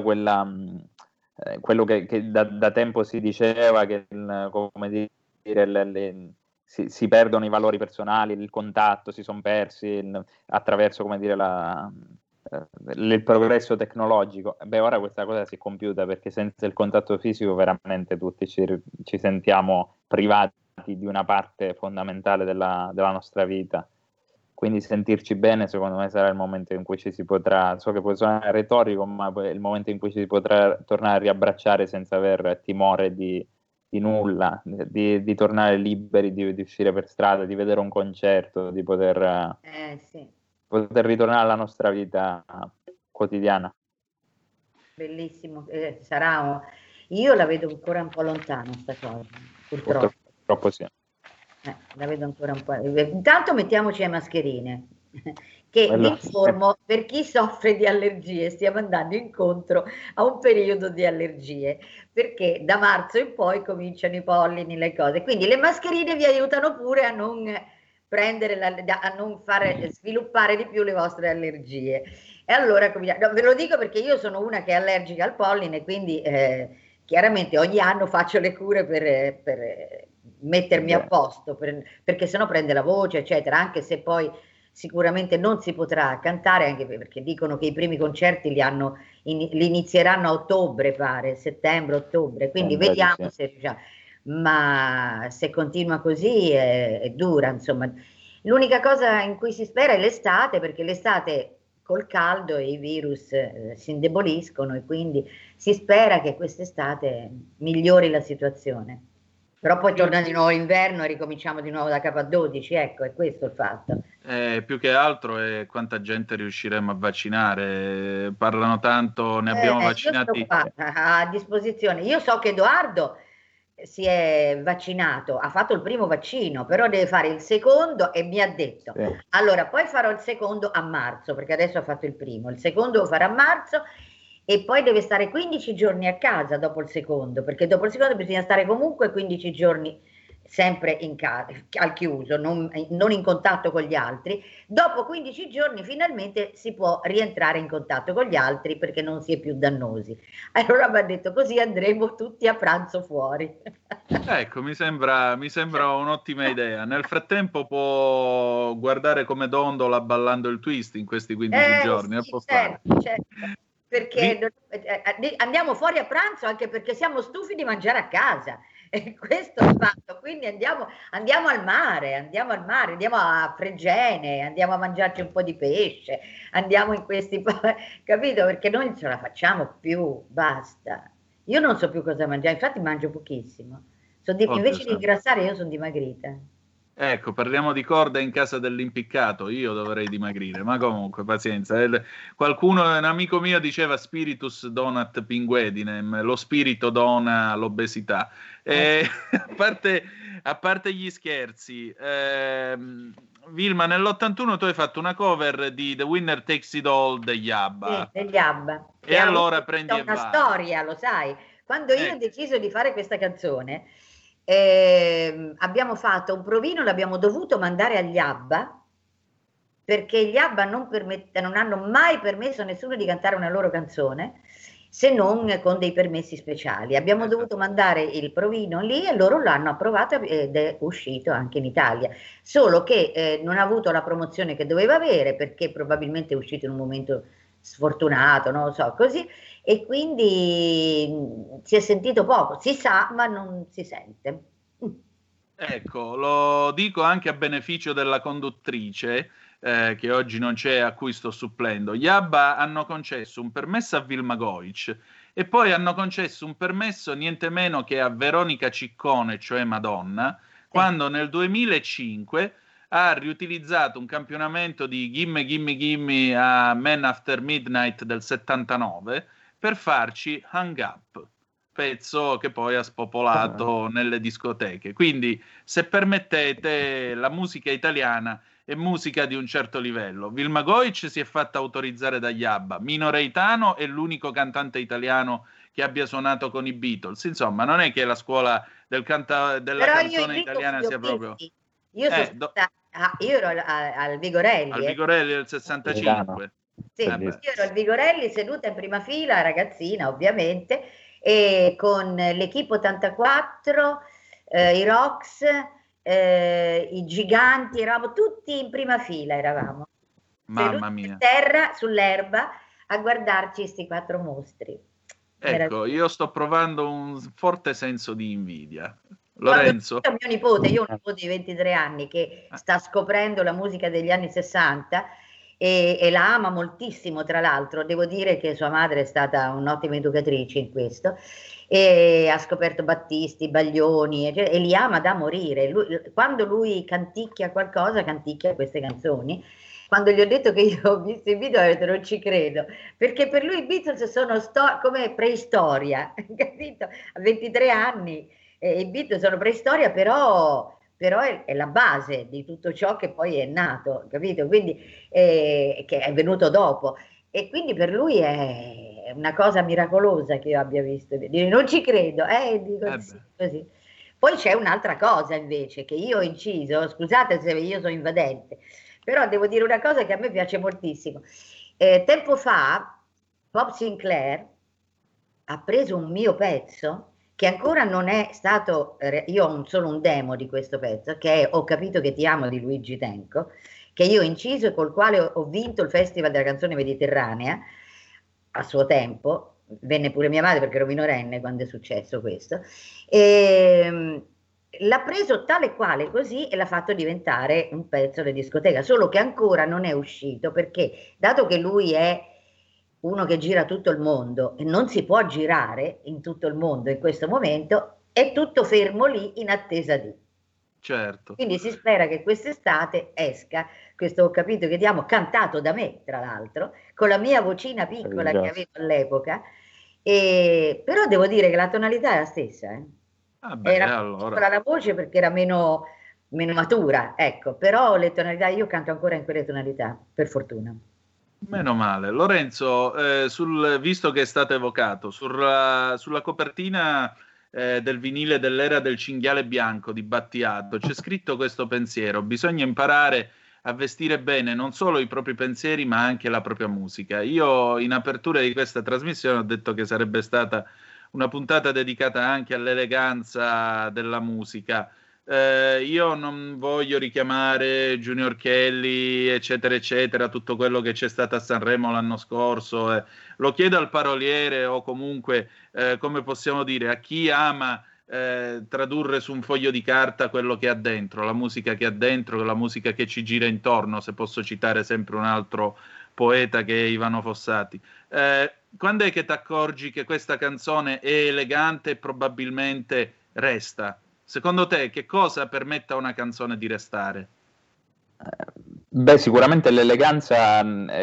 quello che da tempo si diceva, che come dire, si perdono i valori personali, il contatto si sono persi attraverso, come dire, il progresso tecnologico. Beh, ora questa cosa si è compiuta, perché senza il contatto fisico veramente tutti ci sentiamo privati di una parte fondamentale della nostra vita. Quindi sentirci bene, secondo me, sarà il momento in cui ci si potrà, so che può suonare retorico, ma è il momento in cui ci si potrà tornare a riabbracciare senza aver timore di nulla, di tornare liberi, di uscire per strada, di vedere un concerto, di poter ritornare alla nostra vita quotidiana. Bellissimo, io la vedo ancora un po' lontana sta cosa, purtroppo. Purtroppo sì. La vedo ancora un po'. Intanto mettiamoci le mascherine, che vi informo, per chi soffre di allergie stiamo andando incontro a un periodo di allergie, perché da marzo in poi cominciano i pollini, le cose, quindi le mascherine vi aiutano pure a non a non fare sviluppare di più le vostre allergie. E allora ve lo dico perché io sono una che è allergica al polline, quindi chiaramente ogni anno faccio le cure per mettermi a posto, perché sennò prende la voce, eccetera, anche se poi sicuramente non si potrà cantare, anche perché dicono che i primi concerti li inizieranno a ottobre, pare, settembre-ottobre, quindi vediamo se riusciamo. Ma se continua così è dura, insomma. L'unica cosa in cui si spera è l'estate, perché l'estate col caldo i virus si indeboliscono, e quindi si spera che quest'estate migliori la situazione. Però poi torna di nuovo l'inverno e ricominciamo di nuovo da capo a 12, ecco, è questo il fatto. Più che altro è quanta gente riusciremo a vaccinare. Parlano tanto, ne abbiamo vaccinati. Io sto qua a disposizione. Io so che Edoardo si è vaccinato, ha fatto il primo vaccino, però deve fare il secondo, e mi ha detto allora poi farò il secondo a marzo, perché adesso ha fatto il primo, il secondo lo farà a marzo, e poi deve stare 15 giorni a casa dopo il secondo, perché dopo il secondo bisogna stare comunque 15 giorni sempre in casa, al chiuso, non in contatto con gli altri. Dopo 15 giorni finalmente si può rientrare in contatto con gli altri, perché non si è più dannosi. Allora mi ha detto così andremo tutti a pranzo fuori. Ecco, mi sembra un'ottima idea. Nel frattempo può guardare come dondola ballando il twist in questi 15 giorni. Sì, certo. Perché andiamo fuori a pranzo anche perché siamo stufi di mangiare a casa, e questo è il fatto. Quindi andiamo al mare, andiamo a Fregene, andiamo a mangiarci un po' di pesce, andiamo in questi, capito? Perché noi non ce la facciamo più, basta. Io non so più cosa mangiare, infatti mangio pochissimo. Invece di ingrassare io sono dimagrita. Ecco, parliamo di corda in casa dell'impiccato, io dovrei dimagrire, ma comunque pazienza. Un amico mio diceva spiritus donat pinguedinem, lo spirito dona l'obesità. A parte gli scherzi, Vilma, nell'81 tu hai fatto una cover di The Winner Takes It All degli ABBA. Sì, degli ABBA. E allora prendi una storia, lo sai. Quando io ho deciso di fare questa canzone, abbiamo fatto un provino, l'abbiamo dovuto mandare agli ABBA, perché gli ABBA non hanno mai permesso a nessuno di cantare una loro canzone se non con dei permessi speciali. Abbiamo dovuto mandare il provino lì e loro l'hanno approvato ed è uscito anche in Italia, solo che non ha avuto la promozione che doveva avere, perché probabilmente è uscito in un momento sfortunato, non lo so, così, e quindi si è sentito poco, si sa ma non si sente. Ecco, lo dico anche a beneficio della conduttrice che oggi non c'è, a cui sto supplendo. Gli ABBA hanno concesso un permesso a Vilma Goic e poi hanno concesso un permesso niente meno che a Veronica Ciccone, cioè Madonna, quando nel 2005 ha riutilizzato un campionamento di Gimme Gimme Gimme a Men After Midnight del 79 per farci Hang Up, pezzo che poi ha spopolato nelle discoteche. Quindi, se permettete, la musica italiana è musica di un certo livello. Vilma Goic si è fatta autorizzare dagli ABBA, Mino Reitano è l'unico cantante italiano che abbia suonato con i Beatles. Insomma, non è che la scuola della canzone italiana sia proprio... Io ero al Vigorelli. Al Vigorelli del 65. Sì, io ero al Vigorelli seduta in prima fila, ragazzina ovviamente, e con l'Equipe 84, i Rocks, i Giganti, eravamo tutti in prima fila, eravamo. Mamma mia. A terra, sull'erba, a guardarci questi 4 mostri. Ecco, io sto provando un forte senso di invidia. Lorenzo? Mio nipote, io ho un nipote di 23 anni che sta scoprendo la musica degli anni 60 e la ama moltissimo, tra l'altro. Devo dire che sua madre è stata un'ottima educatrice in questo, e ha scoperto Battisti, Baglioni, e li ama da morire. Quando lui canticchia qualcosa, canticchia queste canzoni. Quando gli ho detto che io ho visto i Beatles, ho detto non ci credo, perché per lui i Beatles sono come preistoria, capito? A 23 anni i Beatles sono preistoria, però è la base di tutto ciò che poi è nato, capito? Quindi che è venuto dopo. E quindi per lui è una cosa miracolosa che io abbia visto. Non ci credo, dico sì, così. Poi c'è un'altra cosa invece che io ho inciso, scusate se io sono invadente, però devo dire una cosa che a me piace moltissimo. Tempo fa Bob Sinclair ha preso un mio pezzo che ancora non è stato, io ho solo un demo di questo pezzo, che è Ho capito che ti amo di Luigi Tenco, che io ho inciso e col quale ho vinto il Festival della canzone mediterranea a suo tempo. Venne pure mia madre perché ero minorenne quando è successo questo, e l'ha preso tale quale così e l'ha fatto diventare un pezzo di discoteca, solo che ancora non è uscito perché, dato che lui è uno che gira tutto il mondo e non si può girare in tutto il mondo in questo momento, è tutto fermo lì in attesa di. Certo. Quindi si spera che quest'estate esca questo Ho capito che ti amo, cantato da me tra l'altro, con la mia vocina piccola che avevo all'epoca, però devo dire che la tonalità è la stessa. Era allora. la voce perché era meno matura, ecco, però le tonalità, io canto ancora in quelle tonalità, per fortuna. Meno male. Lorenzo, visto che è stato evocato, sulla copertina del vinile dell'era del cinghiale bianco di Battiato c'è scritto questo pensiero: bisogna imparare a vestire bene non solo i propri pensieri ma anche la propria musica. Io in apertura di questa trasmissione ho detto che sarebbe stata una puntata dedicata anche all'eleganza della musica. Io non voglio richiamare Junior Kelly, eccetera, eccetera, tutto quello che c'è stato a Sanremo l'anno scorso. Lo chiedo al paroliere o comunque, come possiamo dire, a chi ama tradurre su un foglio di carta quello che ha dentro, la musica che ha dentro, la musica che ci gira intorno, se posso citare sempre un altro poeta che è Ivano Fossati. Quando è che ti accorgi che questa canzone è elegante e probabilmente resta? Secondo te che cosa permette a una canzone di restare? Beh, sicuramente l'eleganza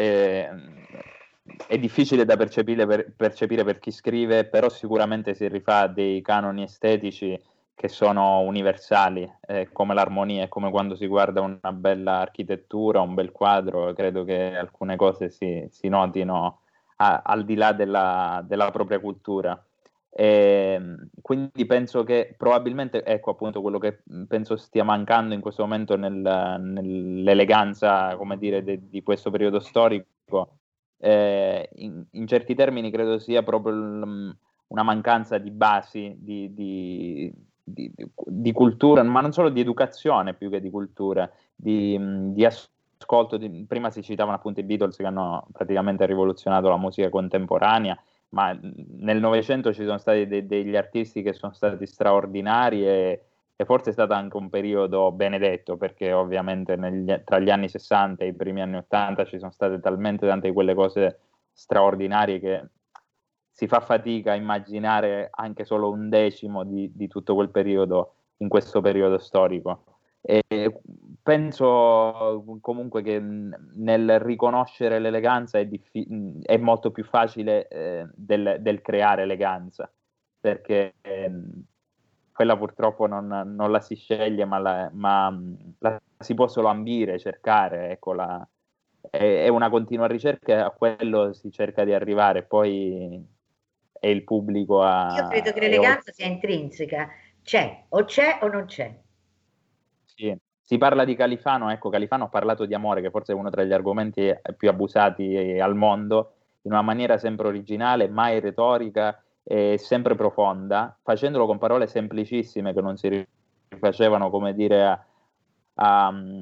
è difficile da percepire per chi scrive, però sicuramente si rifà a dei canoni estetici che sono universali, come l'armonia, come quando si guarda una bella architettura, un bel quadro. Credo che alcune cose si notino al di là della propria cultura. Quindi penso che probabilmente, ecco appunto quello che penso stia mancando in questo momento nell'eleganza, come dire, di questo periodo storico, in certi termini credo sia proprio una mancanza di basi di cultura, ma non solo di educazione più che di cultura, di ascolto. Prima si citavano appunto i Beatles che hanno praticamente rivoluzionato la musica contemporanea, ma nel Novecento ci sono stati degli artisti che sono stati straordinari e forse è stato anche un periodo benedetto, perché ovviamente tra gli anni 60 e i primi anni 80 ci sono state talmente tante di quelle cose straordinarie che si fa fatica a immaginare anche solo un decimo di tutto quel periodo in questo periodo storico. E penso comunque che nel riconoscere l'eleganza è molto più facile del creare eleganza, perché quella purtroppo non la si sceglie, ma la si può solo ambire, cercare, ecco, è una continua ricerca e a quello si cerca di arrivare, poi è il pubblico a... Io credo che l'eleganza sia intrinseca, c'è o non c'è. Sì. Si parla di Califano, ecco, Califano ha parlato di amore, che forse è uno tra gli argomenti più abusati al mondo, in una maniera sempre originale, mai retorica e sempre profonda, facendolo con parole semplicissime che non si rifacevano, come dire,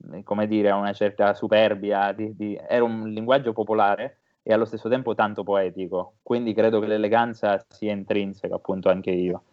come dire, una certa superbia, era un linguaggio popolare e allo stesso tempo tanto poetico, quindi credo che l'eleganza sia intrinseca, appunto, anche io.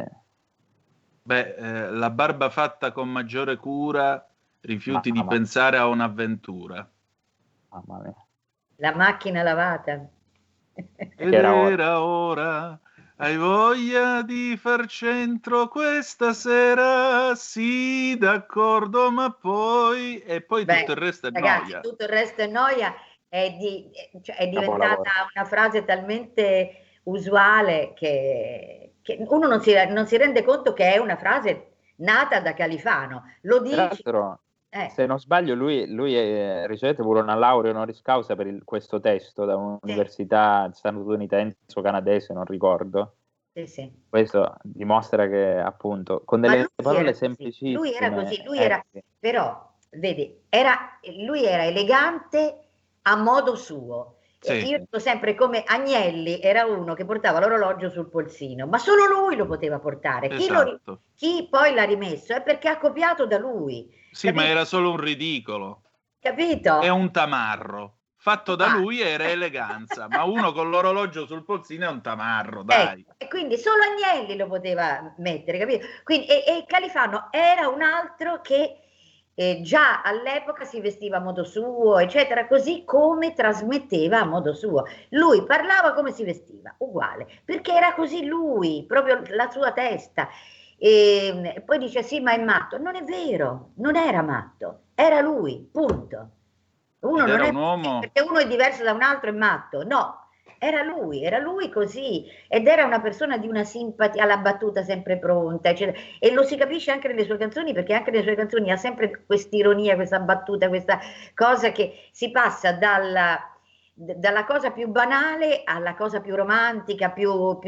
La barba fatta con maggiore cura, rifiuti di pensare a un'avventura. Mamma mia. La macchina lavata. Ed era ora, hai voglia di far centro questa sera? Sì, d'accordo, ma poi... E poi tutto il resto è noia. Tutto il resto è noia, è diventata una frase talmente usuale che uno non si rende conto che è una frase nata da Califano. Lo dice... Se non sbaglio, lui ricevette pure una laurea honoris causa per questo testo da un'università statunitense o canadese, non ricordo. Sì. Questo dimostra che, appunto, con delle parole semplicissime. Lui era così, però, vedi, lui era elegante a modo suo. Sì. Io dico sempre come Agnelli era uno che portava l'orologio sul polsino, ma solo lui lo poteva portare. Esatto. Chi poi l'ha rimesso è perché ha copiato da lui. Sì, capito? Ma era solo un ridicolo. Capito? È un tamarro. Fatto da lui era eleganza, ma uno con l'orologio sul polsino è un tamarro, dai. E quindi solo Agnelli lo poteva mettere, capito? Quindi, e Califano era un altro che già all'epoca si vestiva a modo suo, eccetera, così come trasmetteva a modo suo. Lui parlava come si vestiva, uguale, perché era così lui, proprio la sua testa. E poi dice sì, ma è matto. Non è vero, non era matto, era lui, punto. Uno non è un uomo... perché uno è diverso da un altro, è matto, no. Era lui così, ed era una persona di una simpatia, alla battuta sempre pronta, eccetera. E lo si capisce anche nelle sue canzoni, perché anche nelle sue canzoni ha sempre quest'ironia, questa battuta, questa cosa che si passa dalla cosa più banale alla cosa più romantica, più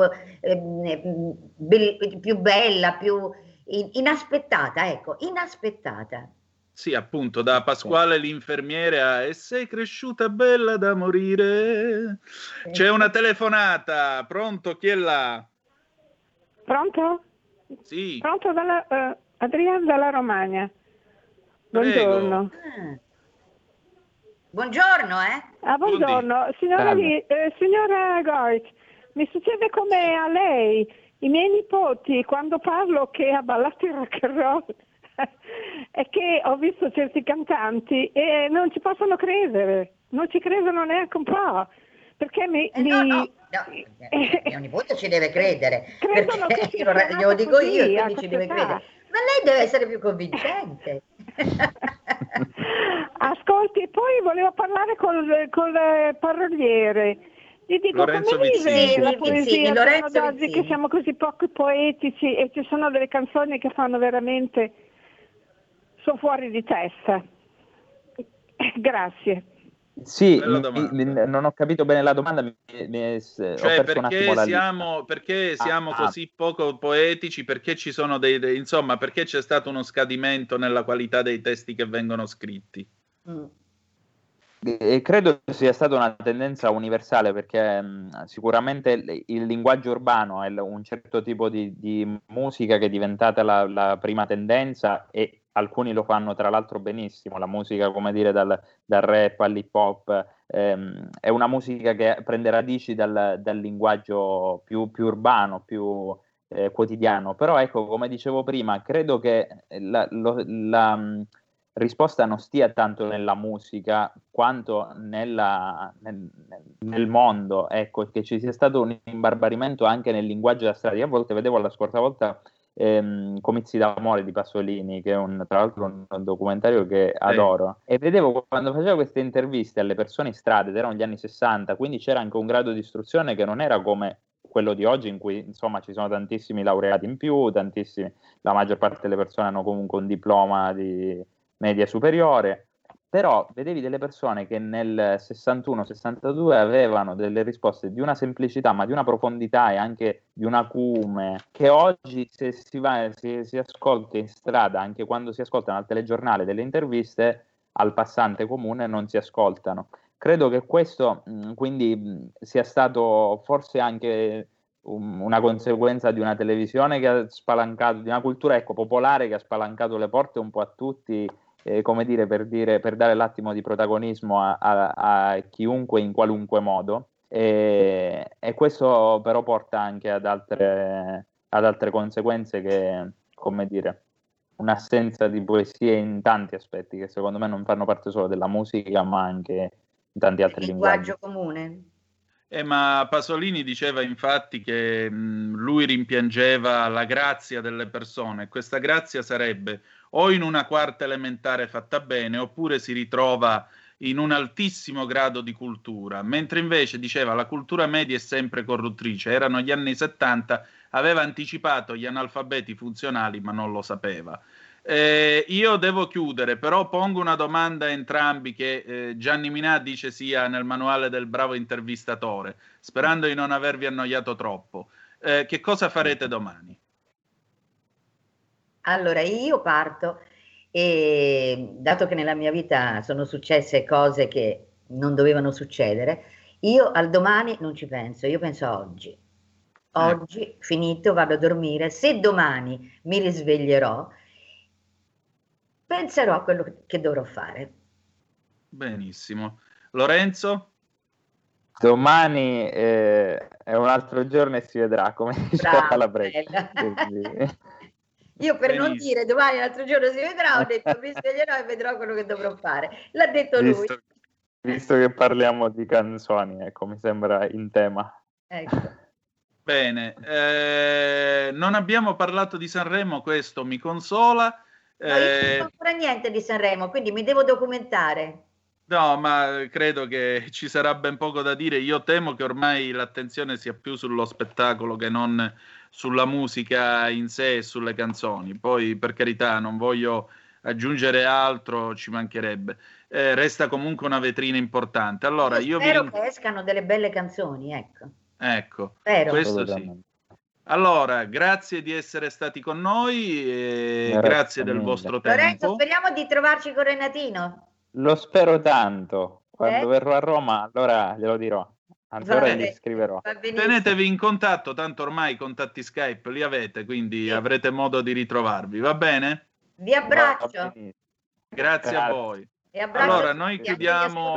bella, più inaspettata, ecco, inaspettata. Sì, appunto, da Pasquale l'infermiere a E sei cresciuta bella da morire. C'è una telefonata, pronto? Chi è là? Pronto? Sì. Pronto, Adriana dalla Romagna. Buongiorno. Buongiorno, buongiorno. Signora Goit, mi succede come a lei. I miei nipoti, quando parlo che ha ballato il rock and roll, è che ho visto certi cantanti e non ci possono credere, non ci credono neanche un po', perché mio nipote ci deve credere, perché glielo dico io e quindi ci deve credere, ma lei deve essere più convincente. Ascolti, poi volevo parlare col paroliere. Gli dico, Lorenzo come vive la poesia Lorenzo oggi che siamo così poco poetici e ci sono delle canzoni che fanno veramente, sono fuori di testa. Grazie. Sì, non ho capito bene la domanda. Ho perso un attimo perché siamo così poco poetici, perché ci sono insomma, perché c'è stato uno scadimento nella qualità dei testi che vengono scritti. Credo sia stata una tendenza universale, perché sicuramente il linguaggio urbano è un certo tipo di musica che è diventata la prima tendenza, e alcuni lo fanno tra l'altro benissimo. La musica, come dire, dal rap all'hip hop, è una musica che prende radici dal linguaggio più urbano, più quotidiano. Però ecco, come dicevo prima, credo che la risposta non stia tanto nella musica quanto nel mondo, ecco, che ci sia stato un imbarbarimento anche nel linguaggio della strada. Io a volte vedevo, la scorsa volta, Comizi d'amore di Pasolini, che è tra l'altro un documentario che adoro, e vedevo quando faceva queste interviste alle persone in strada, ed erano gli anni 60, quindi c'era anche un grado di istruzione che non era come quello di oggi, in cui insomma ci sono tantissimi laureati in più, la maggior parte delle persone hanno comunque un diploma di media superiore, però vedevi delle persone che nel 61-62 avevano delle risposte di una semplicità, ma di una profondità e anche di un acume, che oggi, se si ascolta in strada, anche quando si ascoltano al telegiornale delle interviste, al passante comune non si ascoltano. Credo che questo quindi sia stato forse anche una conseguenza di una televisione che ha spalancato, di una cultura popolare che ha spalancato le porte un po' a tutti, come dire, per dare l'attimo di protagonismo a chiunque in qualunque modo, e questo però porta anche ad altre conseguenze, che, come dire, un'assenza di poesia in tanti aspetti che secondo me non fanno parte solo della musica, ma anche in tanti altri linguaggi. Linguaggio comune. Ma Pasolini diceva infatti che lui rimpiangeva la grazia delle persone. Questa grazia sarebbe o in una quarta elementare fatta bene, oppure si ritrova in un altissimo grado di cultura, mentre invece diceva la cultura media è sempre corruttrice. Erano gli anni 70, aveva anticipato gli analfabeti funzionali ma non lo sapeva. Io devo chiudere, però pongo una domanda a entrambi che Gianni Minà dice sia nel manuale del bravo intervistatore, sperando di non avervi annoiato troppo. Che cosa farete domani? Allora, io parto, e dato che nella mia vita sono successe cose che non dovevano succedere, io al domani non ci penso, io penso a oggi. Oggi, finito, vado a dormire. Se domani mi risveglierò, penserò a quello che dovrò fare. Benissimo. Lorenzo? Domani è un altro giorno e si vedrà, come diceva la Breccia. Io per non dire domani l'altro giorno si vedrà, ho detto mi sveglierò e vedrò quello che dovrò fare. L'ha detto lui. Visto che parliamo di canzoni, ecco, mi sembra in tema. Ecco. Bene, non abbiamo parlato di Sanremo, questo mi consola. No, io non so ancora niente di Sanremo, quindi mi devo documentare. No, ma credo che ci sarà ben poco da dire. Io temo che ormai l'attenzione sia più sullo spettacolo che non sulla musica in sé e sulle canzoni. Poi, per carità, non voglio aggiungere altro, ci mancherebbe. Resta comunque una vetrina importante. Allora, io spero che escano delle belle canzoni, ecco. Ecco, spero. Questo sì. Allora, grazie di essere stati con noi e grazie del vostro tempo. Lorenzo, speriamo di trovarci con Renatino. Lo spero tanto. Quando verrò a Roma, allora glielo dirò. Ancora gli scriverò. Tenetevi in contatto, tanto ormai i contatti Skype li avete, quindi avrete modo di ritrovarvi, va bene? Vi abbraccio. Grazie a voi. E abbraccio allora, noi chiudiamo.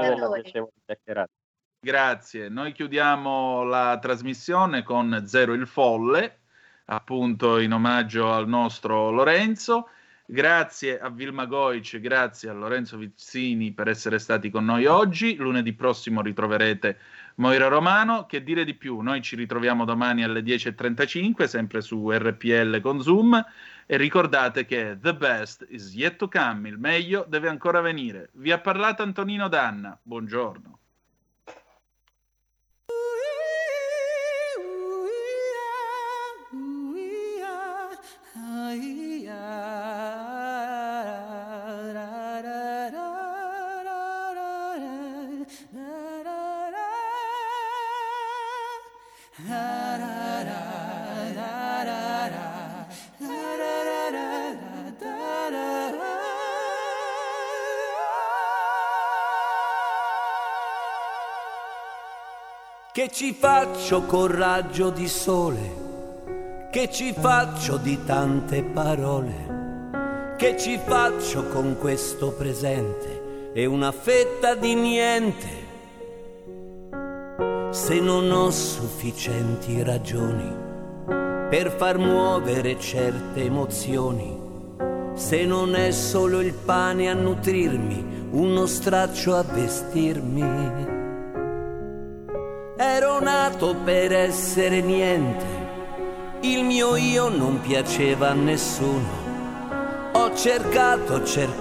Grazie, noi chiudiamo la trasmissione con Zero il Folle, appunto in omaggio al nostro Lorenzo. Grazie a Vilma Goic, grazie a Lorenzo Vizzini per essere stati con noi oggi. Lunedì prossimo ritroverete Moira Romano. Che dire di più? Noi ci ritroviamo domani alle 10:35, sempre su RPL con Zoom. E ricordate che the best is yet to come, il meglio deve ancora venire. Vi ha parlato Antonino Danna. Buongiorno. Che ci faccio col raggio di sole, che ci faccio di tante parole, che ci faccio con questo presente e una fetta di niente, se non ho sufficienti ragioni per far muovere certe emozioni, se non è solo il pane a nutrirmi, uno straccio a vestirmi. Ero nato per essere niente, il mio io non piaceva a nessuno. Ho cercato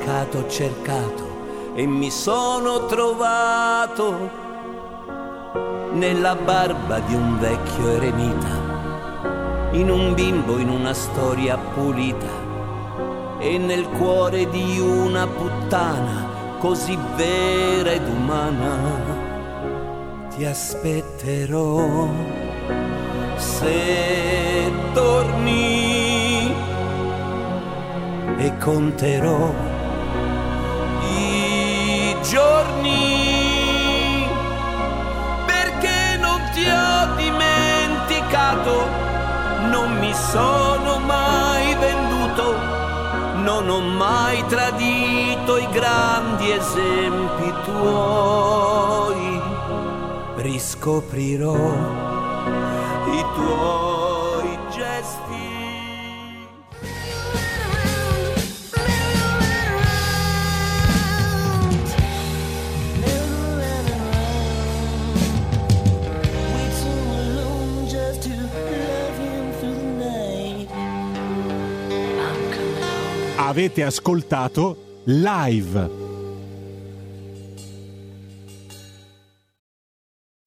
e mi sono trovato nella barba di un vecchio eremita, in un bimbo in una storia pulita e nel cuore di una puttana così vera ed umana. Ti aspetterò se torni e conterò i giorni, perché non ti ho dimenticato, non mi sono mai venduto, non ho mai tradito sotto i grandi esempi tuoi, riscoprirò i tuoi gesti. Avete ascoltato Live.